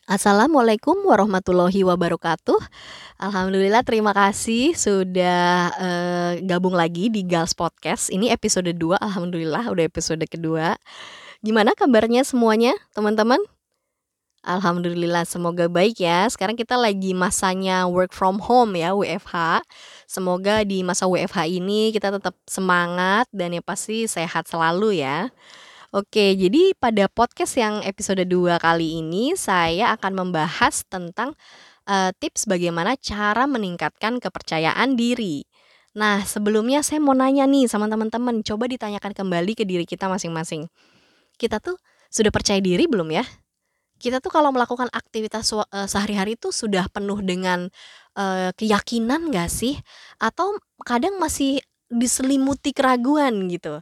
Assalamualaikum warahmatullahi wabarakatuh. Alhamdulillah terima kasih sudah, gabung lagi di Gals Podcast. Ini episode 2. Alhamdulillah udah episode kedua. Gimana kabarnya semuanya teman-teman? Alhamdulillah semoga baik ya. Sekarang kita lagi masanya work from home ya, WFH. Semoga di masa WFH ini kita tetap semangat dan yang pasti sehat selalu ya. Oke, jadi pada podcast yang episode 2 kali ini saya akan membahas tentang, tips bagaimana cara meningkatkan kepercayaan diri. Nah, sebelumnya saya mau nanya nih sama teman-teman, coba ditanyakan kembali ke diri kita masing-masing. Kita tuh sudah percaya diri belum ya? Kita tuh kalau melakukan aktivitas sehari-hari tuh sudah penuh dengan, keyakinan nggak sih? Atau kadang masih diselimuti keraguan gitu?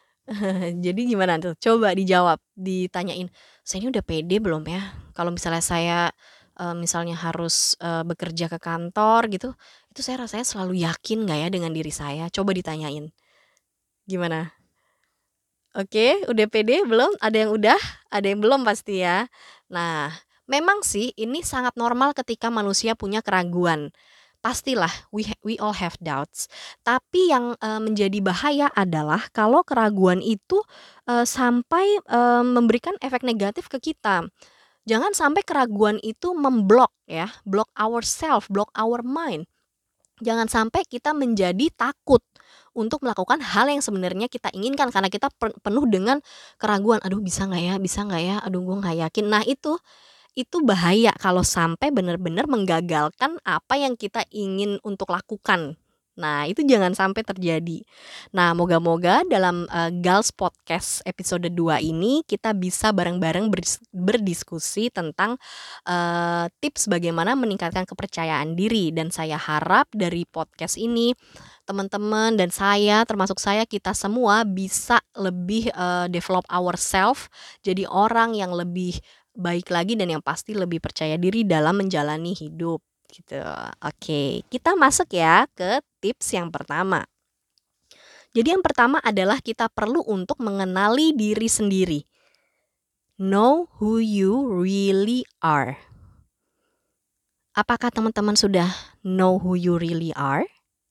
Jadi gimana tuh? Coba dijawab, ditanyain, "Saya ini udah pede belum ya? Kalau misalnya saya, misalnya harus, bekerja ke kantor gitu, itu saya rasanya selalu yakin nggak ya dengan diri saya?" Coba ditanyain. Gimana? Oke, udah pede belum? Ada yang udah, ada yang belum pasti ya. Nah, memang sih ini sangat normal ketika manusia punya keraguan. Pastilah we all have doubts. Tapi yang, menjadi bahaya adalah kalau keraguan itu, sampai, memberikan efek negatif ke kita. Jangan sampai keraguan itu memblok ya, block ourself, block our mind. Jangan sampai kita menjadi takut untuk melakukan hal yang sebenarnya kita inginkan karena kita penuh dengan keraguan, "Aduh bisa nggak ya bisa nggak ya? Aduh gue nggak yakin." Nah itu bahaya kalau sampai benar-benar menggagalkan apa yang kita ingin untuk lakukan. Nah, itu jangan sampai terjadi. Nah, moga-moga dalam, Gals Podcast episode 2 ini kita bisa bareng-bareng berdiskusi tentang, tips bagaimana meningkatkan kepercayaan diri dan saya harap dari podcast ini teman-teman dan saya, termasuk saya, kita semua bisa lebih, develop ourself jadi orang yang lebih baik lagi dan yang pasti lebih percaya diri dalam menjalani hidup, gitu. Oke, kita masuk ya ke tips yang pertama. Jadi yang pertama adalah kita perlu untuk mengenali diri sendiri. Know who you really are. Apakah teman-teman sudah know who you really are?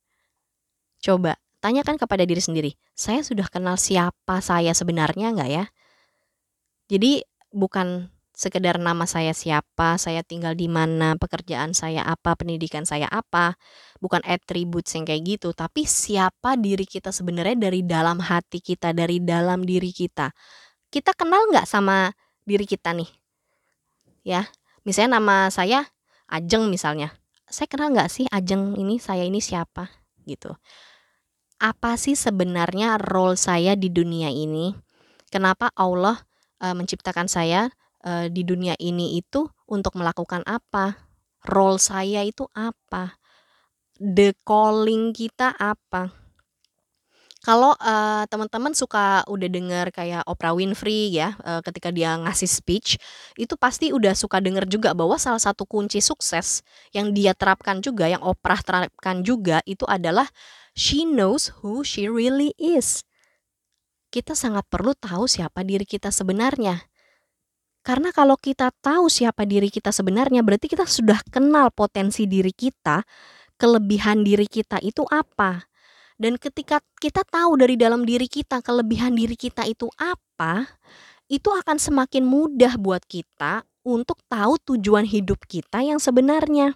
Coba tanyakan kepada diri sendiri, saya sudah kenal siapa saya sebenarnya nggak ya? Jadi bukan sekedar nama saya tinggal di mana, pekerjaan saya apa, pendidikan saya apa, bukan attributes yang kayak gitu, tapi siapa diri kita sebenarnya dari dalam hati kita, dari dalam diri kita. Kita kenal nggak sama diri kita nih, ya? Misalnya nama saya Ajeng misalnya, saya kenal nggak sih Ajeng ini, saya ini siapa? Gitu. Apa sih sebenarnya role saya di dunia ini? Kenapa Allah, menciptakan saya, di dunia ini itu untuk melakukan apa? Role saya itu apa? The calling kita apa? Kalau, teman-teman suka udah dengar kayak Oprah Winfrey ya, ketika dia ngasih speech, itu pasti udah suka denger juga bahwa salah satu kunci sukses yang dia terapkan juga, yang Oprah terapkan juga, itu adalah she knows who she really is. Kita sangat perlu tahu siapa diri kita sebenarnya. Karena kalau kita tahu siapa diri kita sebenarnya, berarti kita sudah kenal potensi diri kita, kelebihan diri kita itu apa. Dan ketika kita tahu dari dalam diri kita, kelebihan diri kita itu apa, itu akan semakin mudah buat kita untuk tahu tujuan hidup kita yang sebenarnya.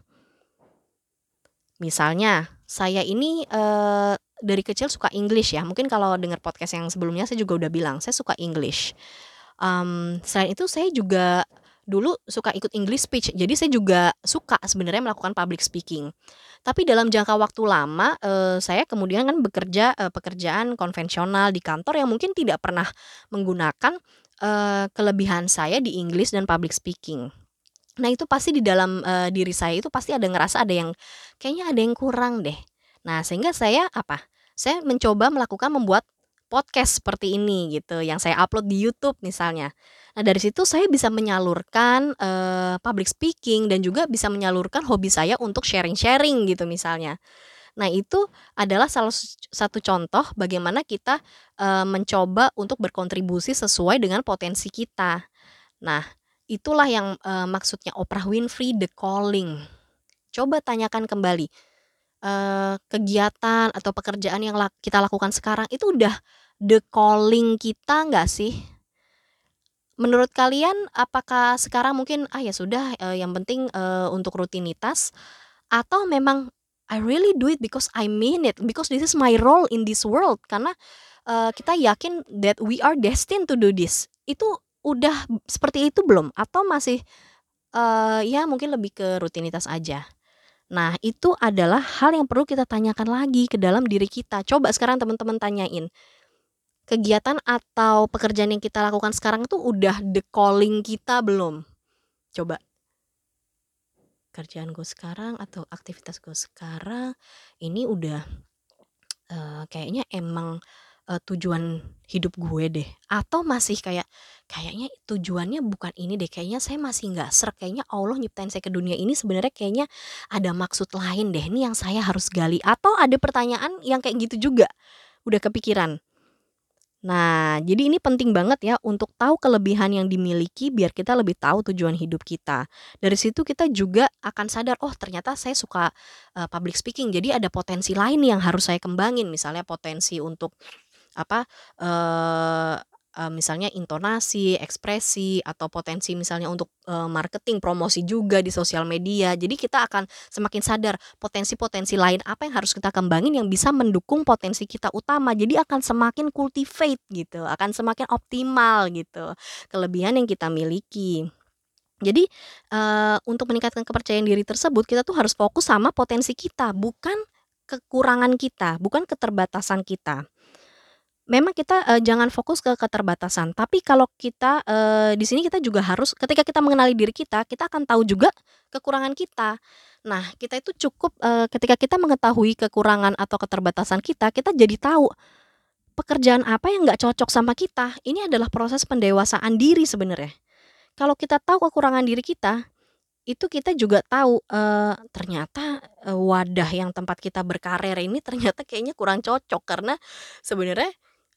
Misalnya, saya ini, dari kecil suka English ya, mungkin kalau dengar podcast yang sebelumnya saya juga udah bilang, saya suka English. Selain itu saya juga dulu suka ikut English speech, jadi saya juga suka sebenarnya melakukan public speaking. Tapi dalam jangka waktu lama, saya kemudian kan bekerja, pekerjaan konvensional di kantor yang mungkin tidak pernah menggunakan, kelebihan saya di English dan public speaking. Nah itu pasti di dalam, diri saya itu pasti ada ngerasa ada yang, kayaknya ada yang kurang deh. Nah sehingga saya apa, saya mencoba melakukan membuat podcast seperti ini gitu, yang saya upload di YouTube misalnya. Nah dari situ saya bisa menyalurkan, public speaking dan juga bisa menyalurkan hobi saya untuk sharing-sharing gitu misalnya. Nah itu adalah salah satu contoh bagaimana kita, mencoba untuk berkontribusi sesuai dengan potensi kita. Nah Itulah yang, maksudnya Oprah Winfrey The Calling. Coba tanyakan kembali, kegiatan atau pekerjaan yang kita lakukan sekarang itu udah the calling kita nggak sih? Menurut kalian apakah sekarang mungkin, ya sudah, yang penting, untuk rutinitas atau memang I really do it because I mean it, because this is my role in this world karena, kita yakin that we are destined to do this. Itu udah seperti itu belum? Atau masih, ya mungkin lebih ke rutinitas aja? Nah, itu adalah hal yang perlu kita tanyakan lagi ke dalam diri kita. Coba sekarang teman-teman tanyain, kegiatan atau pekerjaan yang kita lakukan sekarang itu udah the calling kita belum? Coba, kerjaan gue sekarang atau aktivitas gue sekarang ini udah, kayaknya emang, tujuan hidup gue deh, atau masih kayak, kayaknya tujuannya bukan ini deh, kayaknya saya masih nggak sreg, kayaknya Allah nyiptain saya ke dunia ini sebenarnya kayaknya ada maksud lain deh, ini yang saya harus gali, atau ada pertanyaan yang kayak gitu juga, udah kepikiran? Nah, jadi ini penting banget ya untuk tahu kelebihan yang dimiliki biar kita lebih tahu tujuan hidup kita. Dari situ kita juga akan sadar, oh ternyata saya suka, public speaking, jadi ada potensi lain yang harus saya kembangin. Misalnya potensi untuk apa, eee misalnya intonasi, ekspresi, atau potensi misalnya untuk, marketing, promosi juga di sosial media. Jadi kita akan semakin sadar potensi-potensi lain apa yang harus kita kembangin yang bisa mendukung potensi kita utama. Jadi akan semakin cultivate gitu, akan semakin optimal gitu, kelebihan yang kita miliki. Jadi, untuk meningkatkan kepercayaan diri tersebut kita tuh harus fokus sama potensi kita, bukan kekurangan kita, bukan keterbatasan kita. Memang kita, jangan fokus ke keterbatasan, tapi kalau kita, di sini kita juga harus ketika kita mengenali diri kita akan tahu juga kekurangan kita. Nah, kita itu cukup, ketika kita mengetahui kekurangan atau keterbatasan kita jadi tahu pekerjaan apa yang nggak cocok sama kita. Ini adalah proses pendewasaan diri sebenarnya. Kalau kita tahu kekurangan diri kita, itu kita juga tahu, ternyata, wadah yang tempat kita berkarir ini ternyata kayaknya kurang cocok karena sebenarnya,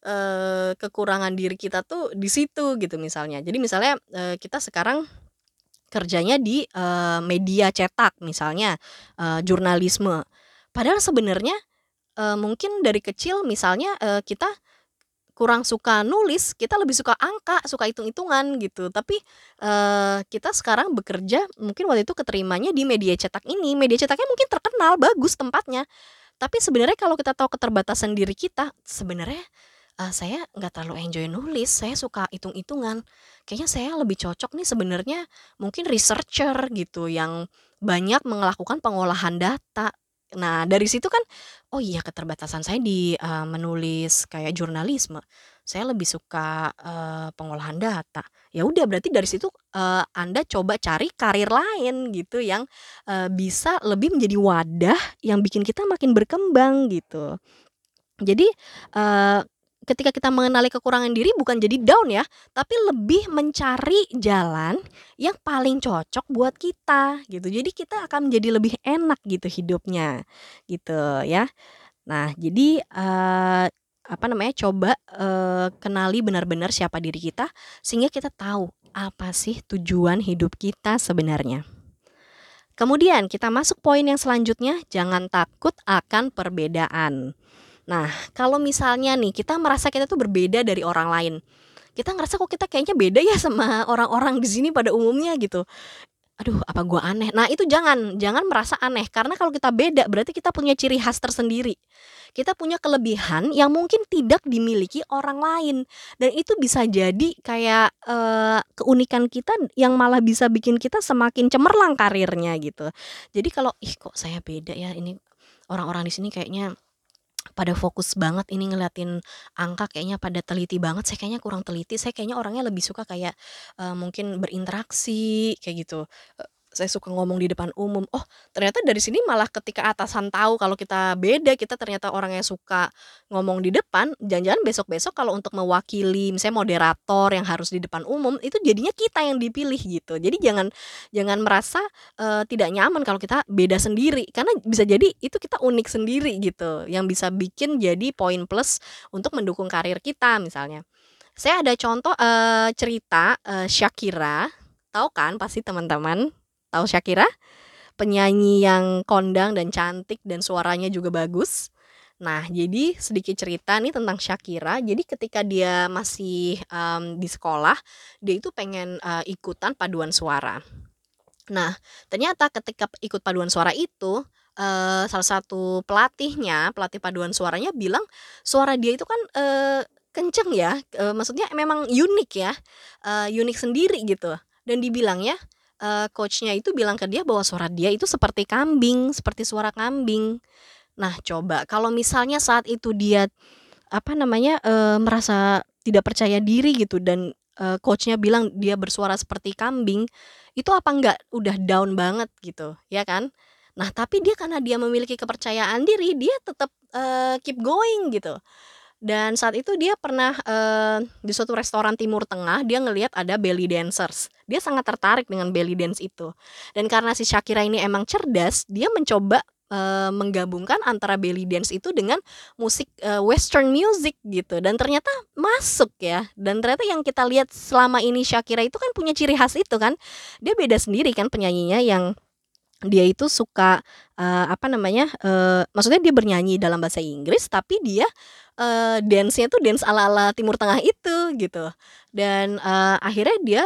kekurangan diri kita tuh di situ gitu misalnya. Jadi misalnya, kita sekarang kerjanya di, media cetak misalnya, jurnalisme. Padahal sebenarnya, mungkin dari kecil misalnya, kita kurang suka nulis, kita lebih suka angka, suka hitung-hitungan gitu. Tapi, kita sekarang bekerja mungkin waktu itu keterimanya di media cetak ini, media cetaknya mungkin terkenal, bagus tempatnya. Tapi sebenarnya kalau kita tahu keterbatasan diri kita, sebenarnya, saya nggak terlalu enjoy nulis, saya suka hitung-hitungan. Kayaknya saya lebih cocok nih sebenarnya mungkin researcher gitu, yang banyak melakukan pengolahan data. Nah, dari situ kan, oh iya keterbatasan saya di, menulis kayak jurnalisme, saya lebih suka, pengolahan data. Ya udah berarti dari situ, Anda coba cari karir lain gitu yang, bisa lebih menjadi wadah yang bikin kita makin berkembang gitu. Jadi, eee, ketika kita mengenali kekurangan diri bukan jadi down ya, tapi lebih mencari jalan yang paling cocok buat kita gitu. Jadi kita akan menjadi lebih enak gitu hidupnya, gitu ya. Nah jadi, apa namanya, coba, kenali benar-benar siapa diri kita, sehingga kita tahu apa sih tujuan hidup kita sebenarnya. Kemudian kita masuk poin yang selanjutnya, jangan takut akan perbedaan. Nah, kalau misalnya nih kita merasa kita tuh berbeda dari orang lain, kita ngerasa kok kita kayaknya beda ya sama orang-orang di sini pada umumnya gitu. Aduh, apa gua aneh? Nah, itu jangan merasa aneh karena kalau kita beda berarti kita punya ciri khas tersendiri. Kita punya kelebihan yang mungkin tidak dimiliki orang lain dan itu bisa jadi kayak, keunikan kita yang malah bisa bikin kita semakin cemerlang karirnya gitu. Jadi kalau, "Ih, kok saya beda ya ini orang-orang di sini kayaknya pada fokus banget ini ngeliatin angka kayaknya pada teliti banget, saya kayaknya kurang teliti, saya kayaknya orangnya lebih suka kayak, mungkin berinteraksi kayak gitu, saya suka ngomong di depan umum." Oh, ternyata dari sini malah ketika atasan tahu kalau kita beda, kita ternyata orang yang suka ngomong di depan, jangan-jangan besok-besok kalau untuk mewakili misalnya moderator yang harus di depan umum, itu jadinya kita yang dipilih gitu. Jadi jangan jangan merasa, tidak nyaman kalau kita beda sendiri, karena bisa jadi itu kita unik sendiri gitu, yang bisa bikin jadi poin plus untuk mendukung karir kita misalnya. Saya ada contoh, cerita, Shakira, Tahu kan pasti teman-teman? Tahu Shakira? Penyanyi yang kondang dan cantik dan suaranya juga bagus. Nah, jadi sedikit cerita nih tentang Shakira. Jadi ketika dia masih, di sekolah, dia itu pengen, ikutan paduan suara. Nah, ternyata ketika ikut paduan suara itu, salah satu pelatihnya, pelatih paduan suaranya bilang, suara dia itu kan, kenceng ya, maksudnya memang unik ya, unik sendiri gitu. Dan dibilangnya, coach-nya itu bilang ke dia bahwa suara dia itu seperti kambing, seperti suara kambing. Nah, coba kalau misalnya saat itu dia, merasa tidak percaya diri gitu dan, coach-nya bilang dia bersuara seperti kambing, itu apa enggak udah down banget gitu, ya kan? Nah, tapi dia karena dia memiliki kepercayaan diri, dia tetap, keep going gitu. Dan saat itu dia pernah, di suatu restoran Timur Tengah, dia ngelihat ada belly dancers. Dia sangat tertarik dengan belly dance itu. Dan karena si Shakira ini emang cerdas, dia mencoba, menggabungkan antara belly dance itu dengan musik, western music gitu, dan ternyata masuk ya. Dan ternyata yang kita lihat selama ini Shakira itu kan punya ciri khas itu kan. Dia beda sendiri kan penyanyinya yang dia itu suka, maksudnya dia bernyanyi dalam bahasa Inggris, tapi dia, dance-nya tuh dance ala-ala Timur Tengah itu, gitu. Dan, akhirnya dia,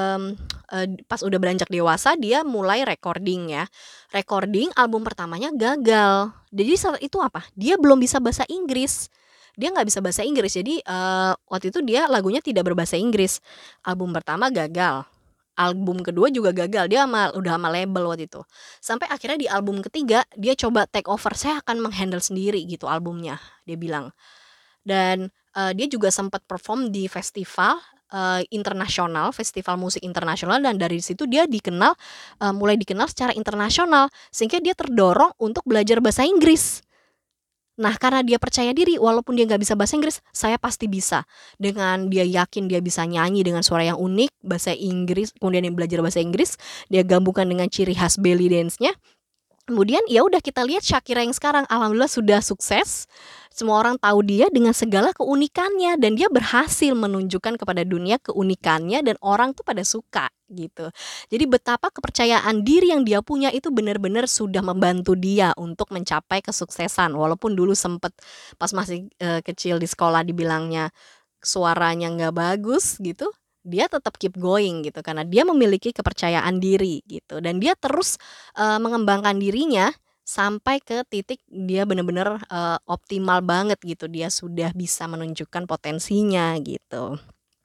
pas udah beranjak dewasa dia mulai recording ya. Recording album pertamanya gagal. Jadi saat itu apa, dia belum bisa bahasa Inggris. Dia nggak bisa bahasa Inggris, jadi, waktu itu dia lagunya tidak berbahasa Inggris. Album pertama gagal. Album kedua juga gagal, dia udah sama label waktu itu. Sampai akhirnya di album ketiga dia coba take over, "Saya akan menghandle sendiri gitu albumnya," dia bilang. Dan, dia juga sempat perform di festival, internasional, festival musik internasional, dan dari situ dia dikenal, mulai dikenal secara internasional, sehingga dia terdorong untuk belajar bahasa Inggris. Nah, karena dia percaya diri walaupun dia nggak bisa bahasa Inggris, saya pasti bisa. Dengan dia yakin dia bisa nyanyi dengan suara yang unik, bahasa Inggris, kemudian dia belajar bahasa Inggris, dia gabungkan dengan ciri khas belly dance-nya. Kemudian ya udah kita lihat Shakira yang sekarang alhamdulillah sudah sukses. Semua orang tahu dia dengan segala keunikannya dan dia berhasil menunjukkan kepada dunia keunikannya dan orang tuh pada suka gitu. Jadi betapa kepercayaan diri yang dia punya itu benar-benar sudah membantu dia untuk mencapai kesuksesan. Walaupun dulu sempet pas masih, kecil di sekolah dibilangnya suaranya nggak bagus gitu, dia tetap keep going gitu karena dia memiliki kepercayaan diri gitu dan dia terus, mengembangkan dirinya sampai ke titik dia bener-bener, optimal banget gitu, dia sudah bisa menunjukkan potensinya gitu.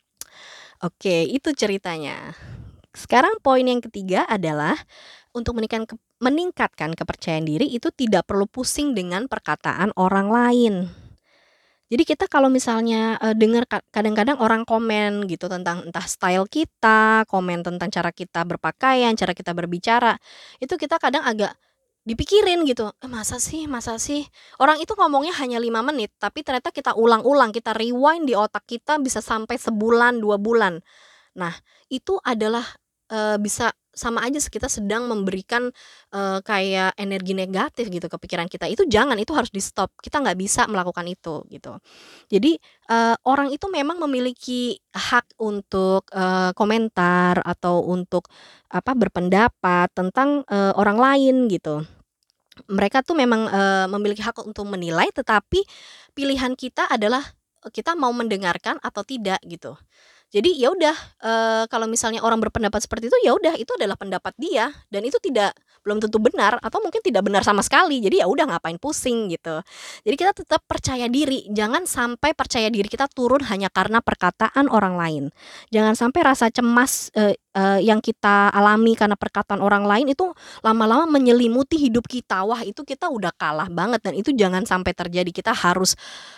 Oke, itu ceritanya. Sekarang poin yang ketiga adalah untuk meningkatkan kepercayaan diri itu tidak perlu pusing dengan perkataan orang lain. Jadi kita kalau misalnya, dengar kadang-kadang orang komen gitu tentang entah style kita, komen tentang cara kita berpakaian, cara kita berbicara, itu kita kadang agak dipikirin gitu, masa sih?" Orang itu ngomongnya hanya 5 menit, tapi ternyata kita ulang-ulang, kita rewind di otak kita bisa sampai sebulan, 2 bulan. Nah, itu adalah, bisa sama aja kita sedang memberikan, kayak energi negatif gitu ke pikiran kita, itu jangan, itu harus di-stop, kita nggak bisa melakukan itu, gitu. Jadi, orang itu memang memiliki hak untuk, komentar atau untuk, berpendapat tentang, orang lain gitu. Mereka tuh memang, memiliki hak untuk menilai, tetapi pilihan kita adalah, kita mau mendengarkan atau tidak gitu. Jadi ya udah, kalau misalnya orang berpendapat seperti itu, ya udah itu adalah pendapat dia dan itu belum tentu benar atau mungkin tidak benar sama sekali. Jadi ya udah ngapain pusing gitu. Jadi kita tetap percaya diri, jangan sampai percaya diri kita turun hanya karena perkataan orang lain. Jangan sampai rasa cemas, yang kita alami karena perkataan orang lain itu lama-lama menyelimuti hidup kita. Wah, itu kita udah kalah banget dan itu jangan sampai terjadi. Kita harus,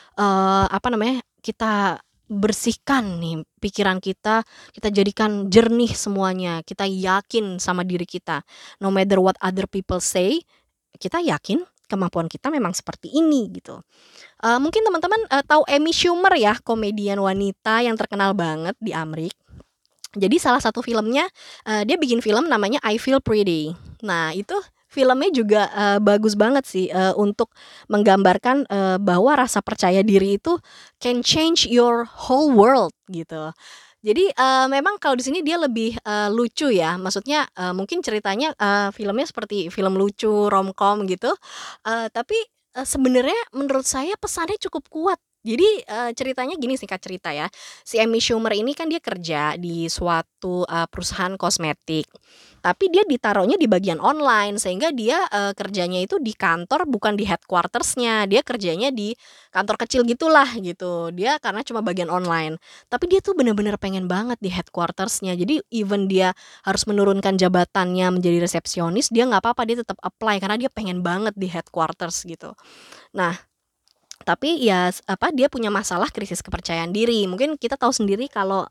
kita bersihkan nih pikiran kita jadikan jernih semuanya, kita yakin sama diri kita. No matter what other people say, kita yakin kemampuan kita memang seperti ini gitu. Mungkin teman-teman, tahu Amy Schumer ya, komedian wanita yang terkenal banget di Amrik. Jadi salah satu filmnya, dia bikin film namanya I Feel Pretty. Nah itu filmnya juga, bagus banget sih, untuk menggambarkan, bahwa rasa percaya diri itu can change your whole world gitu. Jadi, memang kalau di sini dia lebih, lucu ya, maksudnya, mungkin ceritanya, filmnya seperti film lucu, romcom gitu, tapi, sebenarnya menurut saya pesannya cukup kuat. Jadi, ceritanya gini, singkat cerita ya, si Amy Schumer ini kan dia kerja di suatu, perusahaan kosmetik, tapi dia ditaruhnya di bagian online sehingga dia, kerjanya itu di kantor bukan di headquarters-nya, dia kerjanya di kantor kecil gitulah gitu, dia karena cuma bagian online. Tapi dia tuh bener-bener pengen banget di headquarters-nya. Jadi even dia harus menurunkan jabatannya menjadi resepsionis, dia nggak apa-apa, dia tetap apply karena dia pengen banget di headquarters gitu. Nah, tapi ya dia punya masalah krisis kepercayaan diri. Mungkin kita tahu sendiri kalau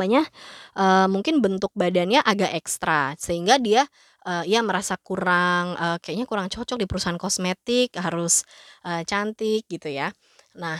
mungkin bentuk badannya agak ekstra sehingga dia, ya merasa kurang, kayaknya kurang cocok di perusahaan kosmetik, harus, cantik gitu ya. Nah,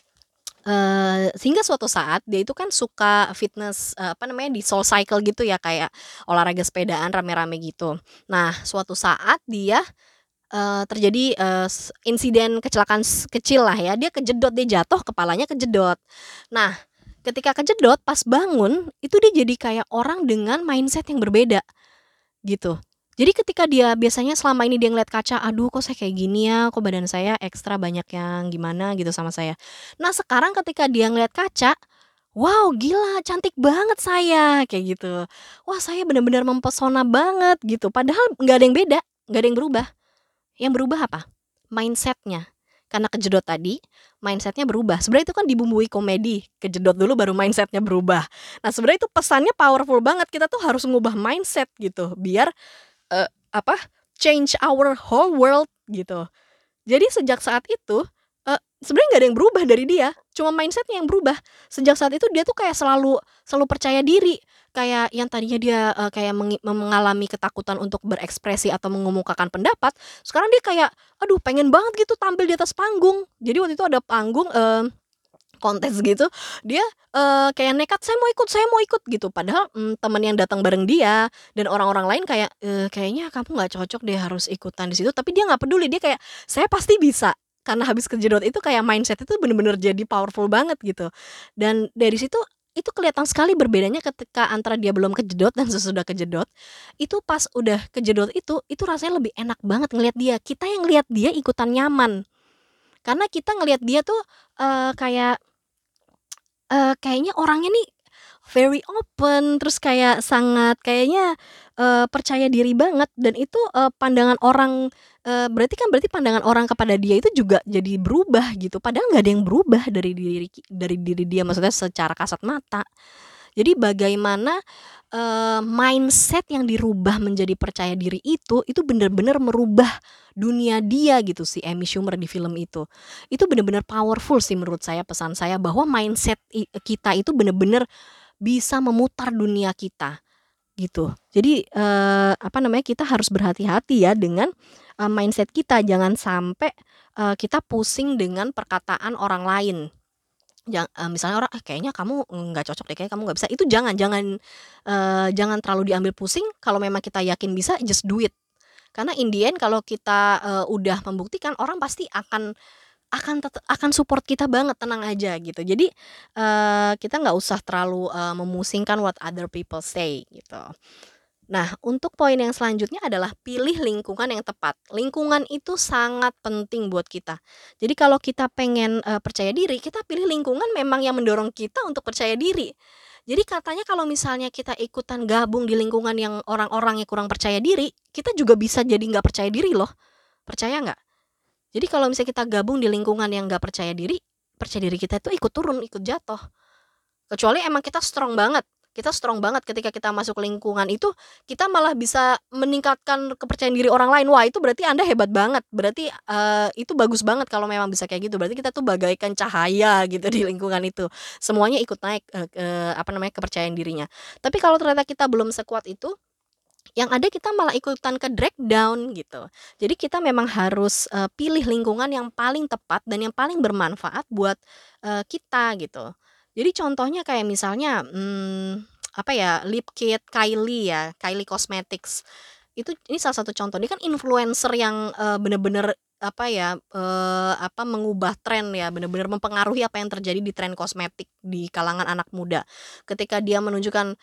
sehingga suatu saat dia itu kan suka fitness, di SoulCycle gitu ya, kayak olahraga sepedaan rame-rame gitu. Nah, suatu saat dia, terjadi, insiden kecelakaan kecil lah ya, dia kejedot, dia jatuh kepalanya kejedot. Nah, ketika kejedot pas bangun, itu dia jadi kayak orang dengan mindset yang berbeda. Gitu. Jadi ketika dia biasanya selama ini dia ngeliat kaca, "Aduh kok saya kayak gini ya, kok badan saya ekstra banyak yang gimana gitu sama saya." Nah sekarang ketika dia ngeliat kaca, "Wow gila cantik banget saya," kayak gitu. "Wah saya bener-bener mempesona banget," gitu. Padahal nggak ada yang beda, nggak ada yang berubah. Yang berubah apa? Mindset-nya. Karena kejedot tadi, mindset-nya berubah. Sebenarnya itu kan dibumbui komedi, kejedot dulu baru mindset-nya berubah. Nah sebenarnya itu pesannya powerful banget, kita tuh harus ngubah mindset gitu, biar Eee, apa, change our whole world gitu. Jadi sejak saat itu, sebenarnya nggak ada yang berubah dari dia, cuma mindset-nya yang berubah. Sejak saat itu dia tuh kayak selalu selalu percaya diri, kayak yang tadinya dia, kayak mengalami ketakutan untuk berekspresi atau mengemukakan pendapat, sekarang dia kayak, aduh pengen banget gitu tampil di atas panggung. Jadi waktu itu ada panggung, kontes gitu, dia, kayak nekat, saya mau ikut," gitu. Padahal, temen yang datang bareng dia dan orang-orang lain kayak, "Kayaknya kamu nggak cocok deh harus ikutan di situ," tapi dia nggak peduli, dia kayak, "Saya pasti bisa." Karena habis kejedot itu kayak mindset itu bener-bener jadi powerful banget gitu. Dan dari situ, itu kelihatan sekali berbedanya ketika antara dia belum kejedot dan sesudah kejedot, itu pas udah kejedot itu rasanya lebih enak banget ngelihat dia. Kita yang lihat dia ikutan nyaman, karena kita ngelihat dia tuh, kayak kayaknya orangnya nih very open, terus kayak sangat kayaknya, percaya diri banget dan itu, pandangan orang, berarti pandangan orang kepada dia itu juga jadi berubah gitu, padahal nggak ada yang berubah dari diri dia, maksudnya secara kasat mata. Jadi bagaimana, mindset yang dirubah menjadi percaya diri itu bener-bener merubah dunia dia gitu si Amy Schumer di film itu. Itu bener-bener powerful sih menurut saya, pesan saya bahwa mindset kita itu bener-bener bisa memutar dunia kita, gitu. Jadi, kita harus berhati-hati ya dengan, mindset kita, jangan sampai, kita pusing dengan perkataan orang lain. Misalnya orang, "Ah, kayaknya kamu nggak cocok deh, kayaknya kamu nggak bisa." Itu jangan terlalu diambil pusing, kalau memang kita yakin bisa, just do it. Karena in the end kalau kita, udah membuktikan, orang pasti akan support kita banget, tenang aja gitu. Jadi, kita nggak usah terlalu, memusingkan what other people say gitu. Nah, untuk poin yang selanjutnya adalah pilih lingkungan yang tepat. Lingkungan itu sangat penting buat kita. Jadi kalau kita pengen, percaya diri, kita pilih lingkungan memang yang mendorong kita untuk percaya diri. Jadi katanya kalau misalnya kita ikutan gabung di lingkungan yang orang-orang yang kurang percaya diri, kita juga bisa jadi nggak percaya diri loh, percaya nggak? Jadi kalau misalnya kita gabung di lingkungan yang nggak percaya diri kita itu ikut turun, ikut jatuh. Kecuali emang kita strong banget ketika kita masuk lingkungan itu, kita malah bisa meningkatkan kepercayaan diri orang lain. Wah itu berarti Anda hebat banget, berarti, itu bagus banget kalau memang bisa kayak gitu, berarti kita tuh bagaikan cahaya gitu di lingkungan itu. Semuanya ikut naik, kepercayaan dirinya. Tapi kalau ternyata kita belum sekuat itu, yang ada kita malah ikutan ke-drag down gitu. Jadi kita memang harus, pilih lingkungan yang paling tepat dan yang paling bermanfaat buat, kita gitu. Jadi contohnya kayak misalnya, lip kit Kylie ya, Kylie Cosmetics. Ini salah satu contoh, dia kan influencer yang, bener-bener, mengubah tren ya, benar-benar mempengaruhi apa yang terjadi di tren kosmetik di kalangan anak muda. Ketika dia menunjukkan,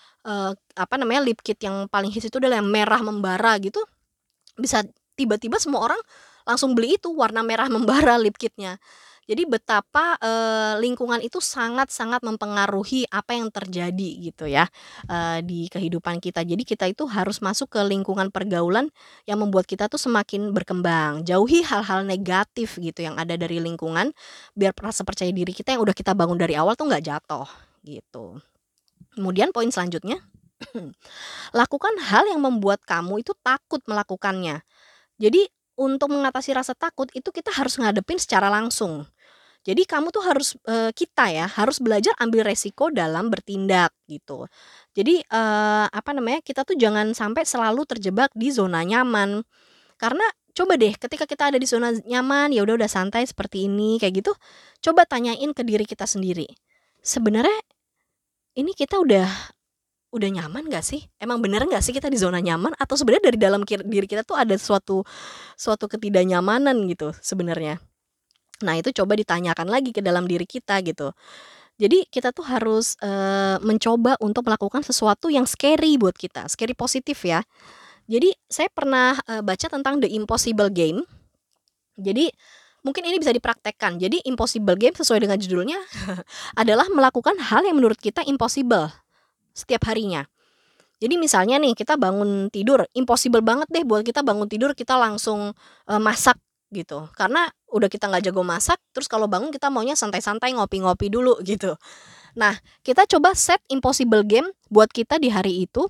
lip kit yang paling hits itu adalah yang merah membara gitu, bisa tiba-tiba semua orang langsung beli itu warna merah membara lip kitnya. Jadi betapa, lingkungan itu sangat-sangat mempengaruhi apa yang terjadi gitu ya, di kehidupan kita. Jadi kita itu harus masuk ke lingkungan pergaulan yang membuat kita tuh semakin berkembang. Jauhi hal-hal negatif gitu yang ada dari lingkungan, biar rasa percaya diri kita yang udah kita bangun dari awal tuh nggak jatuh, gitu. Kemudian poin selanjutnya, lakukan hal yang membuat kamu itu takut melakukannya. Jadi untuk mengatasi rasa takut itu kita harus ngadepin secara langsung. Jadi kamu tuh harus, kita ya, harus belajar ambil resiko dalam bertindak gitu. Jadi, kita tuh jangan sampai selalu terjebak di zona nyaman. Karena coba deh ketika kita ada di zona nyaman, ya udah santai seperti ini kayak gitu, coba tanyain ke diri kita sendiri, sebenarnya ini kita udah nyaman nggak sih? Emang bener nggak sih kita di zona nyaman atau sebenarnya dari dalam diri kita tuh ada suatu suatu ketidaknyamanan gitu sebenarnya. Nah itu coba ditanyakan lagi ke dalam diri kita gitu. Jadi kita tuh harus, mencoba untuk melakukan sesuatu yang scary buat kita, scary positif ya. Jadi saya pernah, baca tentang The Impossible Game. Jadi mungkin ini bisa dipraktekkan. Jadi Impossible Game sesuai dengan judulnya adalah melakukan hal yang menurut kita impossible setiap harinya. Jadi misalnya nih kita bangun tidur, impossible banget deh buat kita bangun tidur kita langsung, masak gitu. Karena udah kita nggak jago masak, terus kalau bangun kita maunya santai-santai ngopi-ngopi dulu gitu. Nah, kita coba set impossible game buat kita di hari itu,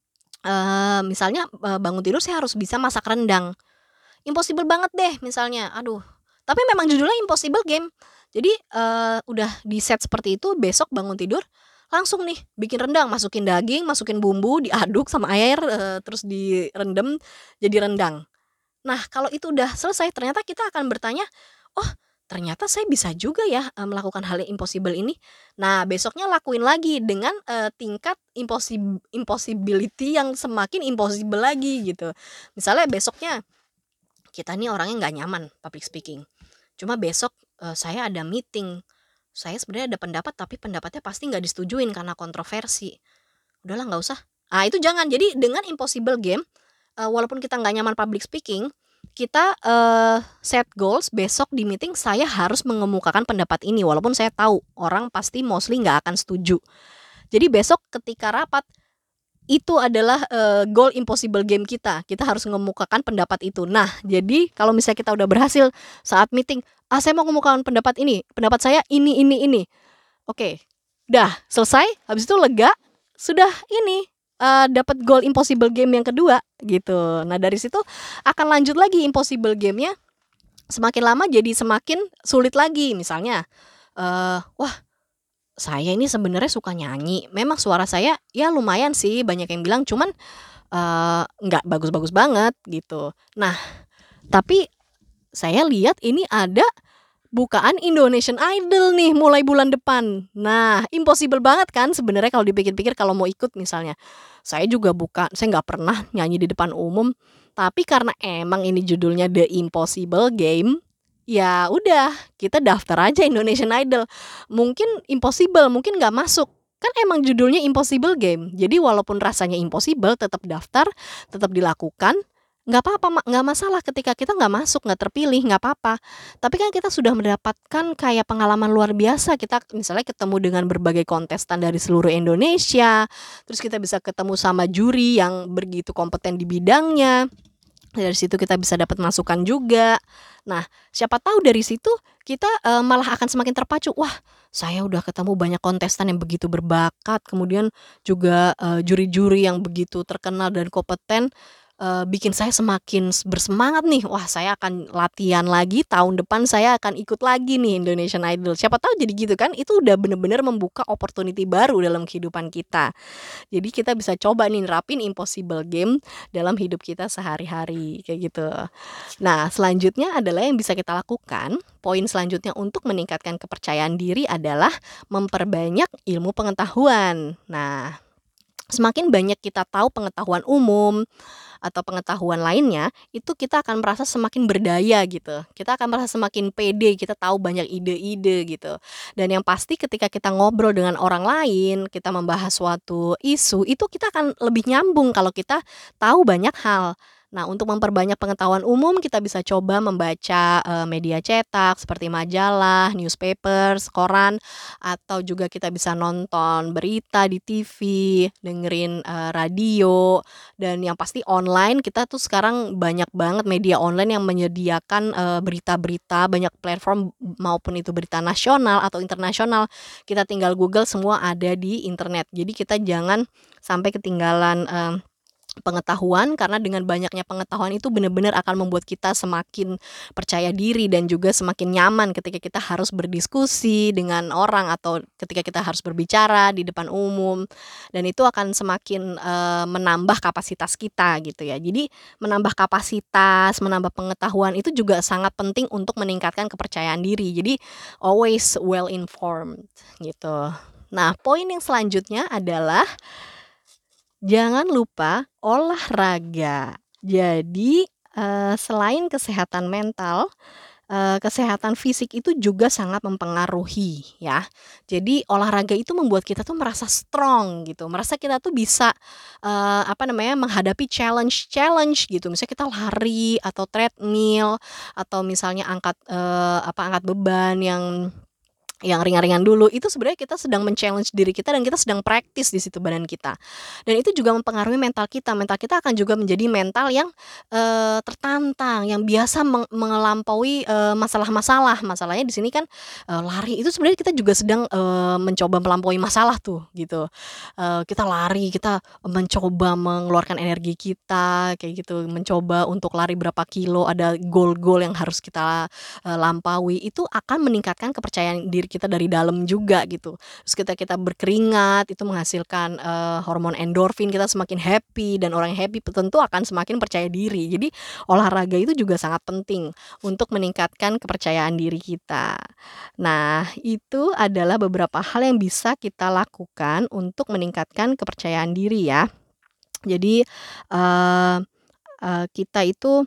misalnya, bangun tidur saya harus bisa masak rendang. Impossible banget deh misalnya, aduh, tapi memang judulnya impossible game. Jadi, udah di-set seperti itu, besok bangun tidur langsung nih bikin rendang, masukin daging, masukin bumbu, diaduk sama air, terus direndam jadi rendang. Nah, kalau itu udah selesai ternyata kita akan bertanya, "Oh, ternyata saya bisa juga ya, melakukan hal yang impossible ini." Nah, besoknya lakuin lagi dengan, tingkat impossibility yang semakin impossible lagi gitu. Misalnya besoknya kita nih orangnya nggak nyaman public speaking. Cuma besok, saya ada meeting, saya sebenarnya ada pendapat tapi pendapatnya pasti nggak disetujuin karena kontroversi. Udahlah nggak usah. Ah, itu jangan. Jadi dengan impossible game, walaupun kita nggak nyaman public speaking, kita, set goals besok di meeting saya harus mengemukakan pendapat ini walaupun saya tahu orang pasti mostly nggak akan setuju. Jadi besok ketika rapat itu adalah, goal impossible game kita harus mengemukakan pendapat itu. Nah, jadi kalau misalnya kita udah berhasil saat meeting, "Ah, saya mau mengemukakan pendapat ini, pendapat saya ini." Oke, dah selesai, habis itu lega, sudah ini, dapat goal impossible game yang kedua, gitu. Nah, dari situ akan lanjut lagi impossible game-nya, semakin lama jadi semakin sulit lagi. Misalnya, wah saya ini sebenarnya suka nyanyi, memang suara saya ya lumayan sih banyak yang bilang cuman, nggak bagus-bagus banget gitu. Nah, tapi saya lihat ini ada bukaan Indonesian Idol nih mulai bulan depan. Nah, impossible banget kan sebenarnya kalau dipikir-pikir kalau mau ikut misalnya. Saya nggak pernah nyanyi di depan umum, tapi karena emang ini judulnya The Impossible Game, ya udah kita daftar aja Indonesian Idol. Mungkin impossible, mungkin nggak masuk, kan emang judulnya Impossible Game. Jadi walaupun rasanya impossible tetap daftar, tetap dilakukan, nggak apa-apa nggak masalah ketika kita nggak masuk, nggak terpilih, nggak apa-apa. Tapi kan kita sudah mendapatkan kayak pengalaman luar biasa, kita misalnya ketemu dengan berbagai kontestan dari seluruh Indonesia, terus kita bisa ketemu sama juri yang begitu kompeten di bidangnya. Dari situ kita bisa dapat masukan juga. Nah, siapa tahu dari situ kita, malah akan semakin terpacu, "Wah, saya udah ketemu banyak kontestan yang begitu berbakat, kemudian juga, juri-juri yang begitu terkenal dan kompeten, bikin saya semakin bersemangat nih. Wah, saya akan latihan lagi, tahun depan saya akan ikut lagi nih Indonesian Idol." Siapa tahu jadi gitu kan, itu udah bener-bener membuka opportunity baru dalam kehidupan kita. Jadi kita bisa coba nih nerapin impossible game dalam hidup kita sehari-hari, kayak gitu. Nah, selanjutnya adalah yang bisa kita lakukan, poin selanjutnya untuk meningkatkan kepercayaan diri adalah memperbanyak ilmu pengetahuan. Nah, Semakin banyak kita tahu pengetahuan umum atau pengetahuan lainnya, itu kita akan merasa semakin berdaya gitu. Kita akan merasa semakin pede, kita tahu banyak ide-ide gitu. Dan yang pasti ketika kita ngobrol dengan orang lain, kita membahas suatu isu, itu kita akan lebih nyambung kalau kita tahu banyak hal. Nah, untuk memperbanyak pengetahuan umum, kita bisa coba membaca media cetak seperti majalah, newspapers, koran, atau juga kita bisa nonton berita di TV, dengerin radio, dan yang pasti online. Kita tuh sekarang banyak banget media online yang menyediakan berita-berita, banyak platform maupun itu berita nasional atau internasional. Kita tinggal Google, semua ada di internet. Jadi kita jangan sampai ketinggalan pengetahuan, karena dengan banyaknya pengetahuan itu benar-benar akan membuat kita semakin percaya diri dan juga semakin nyaman ketika kita harus berdiskusi dengan orang atau ketika kita harus berbicara di depan umum, dan itu akan semakin menambah kapasitas kita gitu ya. Jadi menambah kapasitas, menambah pengetahuan itu juga sangat penting untuk meningkatkan kepercayaan diri. Jadi always well informed gitu. Nah, poin yang selanjutnya adalah jangan lupa olahraga. Jadi, selain kesehatan mental, kesehatan fisik itu juga sangat mempengaruhi ya. Jadi olahraga itu membuat kita tuh merasa strong gitu, merasa kita tuh bisa, menghadapi challenge gitu. Misalnya kita lari atau treadmill atau misalnya angkat beban yang ringan-ringan dulu, itu sebenarnya kita sedang men-challenge diri kita dan kita sedang praktis di situ badan kita. Dan itu juga mempengaruhi mental kita. Mental kita akan juga menjadi mental yang tertantang, yang biasa mengelampaui masalah-masalah. Masalahnya di sini kan lari itu sebenarnya kita juga sedang mencoba melampaui masalah tuh gitu. Kita lari, kita mencoba mengeluarkan energi kita kayak gitu, mencoba untuk lari berapa kilo, ada goal-goal yang harus kita lampaui. Itu akan meningkatkan kepercayaan diri kita dari dalam juga gitu. Terus kita berkeringat, itu menghasilkan hormon endorfin, kita semakin happy, dan orang yang happy tentu akan semakin percaya diri. Jadi olahraga itu juga sangat penting untuk meningkatkan kepercayaan diri kita. Nah, itu adalah beberapa hal yang bisa kita lakukan untuk meningkatkan kepercayaan diri ya. Jadi eee kita itu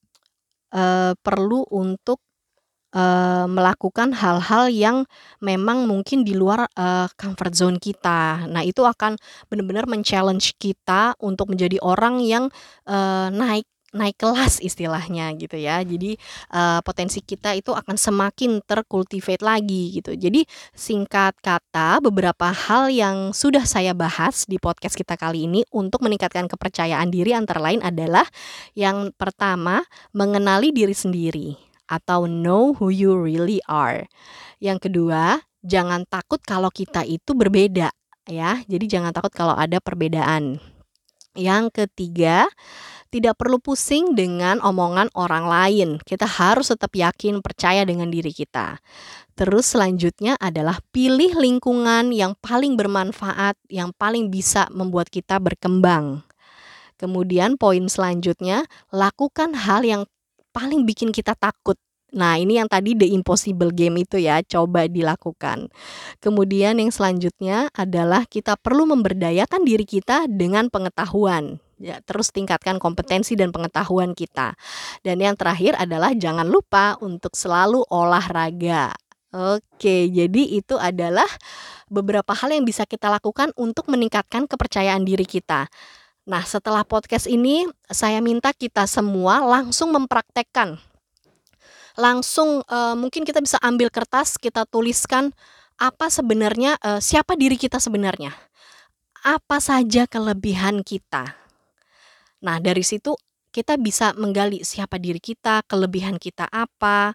perlu untuk melakukan hal-hal yang memang mungkin di luar comfort zone kita. Nah, itu akan benar-benar men-challenge kita untuk menjadi orang yang naik naik kelas istilahnya gitu ya. Jadi potensi kita itu akan semakin ter-cultivate lagi gitu. Jadi singkat kata, beberapa hal yang sudah saya bahas di podcast kita kali ini untuk meningkatkan kepercayaan diri antara lain adalah yang pertama, mengenali diri sendiri atau know who you really are. Yang kedua, jangan takut kalau kita itu berbeda ya. Jadi jangan takut kalau ada perbedaan. Yang ketiga, tidak perlu pusing dengan omongan orang lain. Kita harus tetap yakin, percaya dengan diri kita. Terus selanjutnya adalah pilih lingkungan yang paling bermanfaat, yang paling bisa membuat kita berkembang. Kemudian poin selanjutnya, lakukan hal yang paling bikin kita takut. Nah, ini yang tadi The Impossible Game itu ya, coba dilakukan. Kemudian yang selanjutnya adalah kita perlu memberdayakan diri kita dengan pengetahuan. Ya, terus tingkatkan kompetensi dan pengetahuan kita. Dan yang terakhir adalah jangan lupa untuk selalu olahraga. Oke, jadi itu adalah beberapa hal yang bisa kita lakukan untuk meningkatkan kepercayaan diri kita. Nah, setelah podcast ini, saya minta kita semua langsung mempraktekkan. Langsung mungkin kita bisa ambil kertas, kita tuliskan apa sebenarnya, siapa diri kita sebenarnya. Apa saja kelebihan kita. Nah, dari situ kita bisa menggali siapa diri kita, kelebihan kita apa,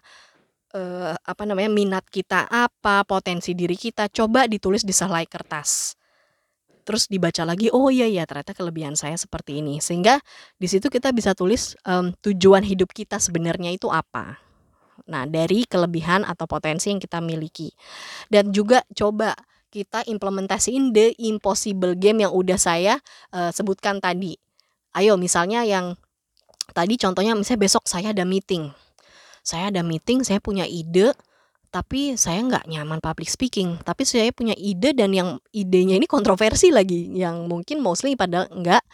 minat kita apa, potensi diri kita, coba ditulis di sehelai kertas. Terus dibaca lagi, oh iya ya ternyata kelebihan saya seperti ini. Sehingga di situ kita bisa tulis tujuan hidup kita sebenarnya itu apa. Nah, dari kelebihan atau potensi yang kita miliki. Dan juga coba kita implementasiin The Impossible Game yang udah saya sebutkan tadi. Ayo misalnya yang tadi contohnya, misalnya besok saya ada meeting, saya punya ide tapi saya nggak nyaman public speaking, tapi saya punya ide dan yang idenya ini kontroversi lagi, yang mungkin mostly pada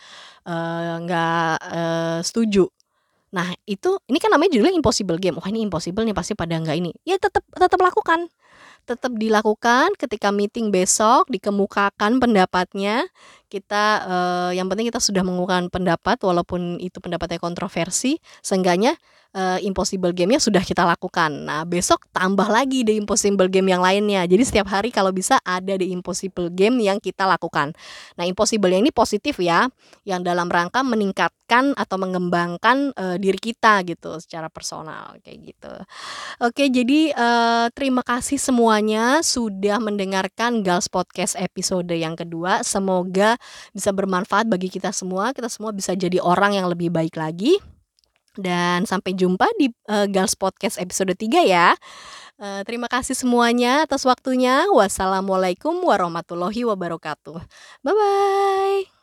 nggak setuju. Nah ini kan namanya judulnya impossible game, wah ini impossible nih pasti pada nggak ini, ya tetap tetap lakukan. Tetap dilakukan ketika meeting besok, dikemukakan pendapatnya, kita, yang penting kita sudah mengemukakan pendapat walaupun itu pendapatnya kontroversi, seenggaknya, impossible game-nya sudah kita lakukan. Nah besok tambah lagi deh impossible game yang lainnya, jadi setiap hari kalau bisa ada deh impossible game yang kita lakukan. Nah impossible-nya ini positif ya, yang dalam rangka meningkatkan atau mengembangkan, diri kita gitu secara personal, kayak gitu. Oke, jadi, terima kasih semuanya sudah mendengarkan Gals Podcast episode yang kedua. Semoga bisa bermanfaat bagi kita semua bisa jadi orang yang lebih baik lagi. Dan sampai jumpa di, Gals Podcast episode 3 ya. Terima kasih semuanya atas waktunya. Wassalamualaikum warahmatullahi wabarakatuh. Bye-bye.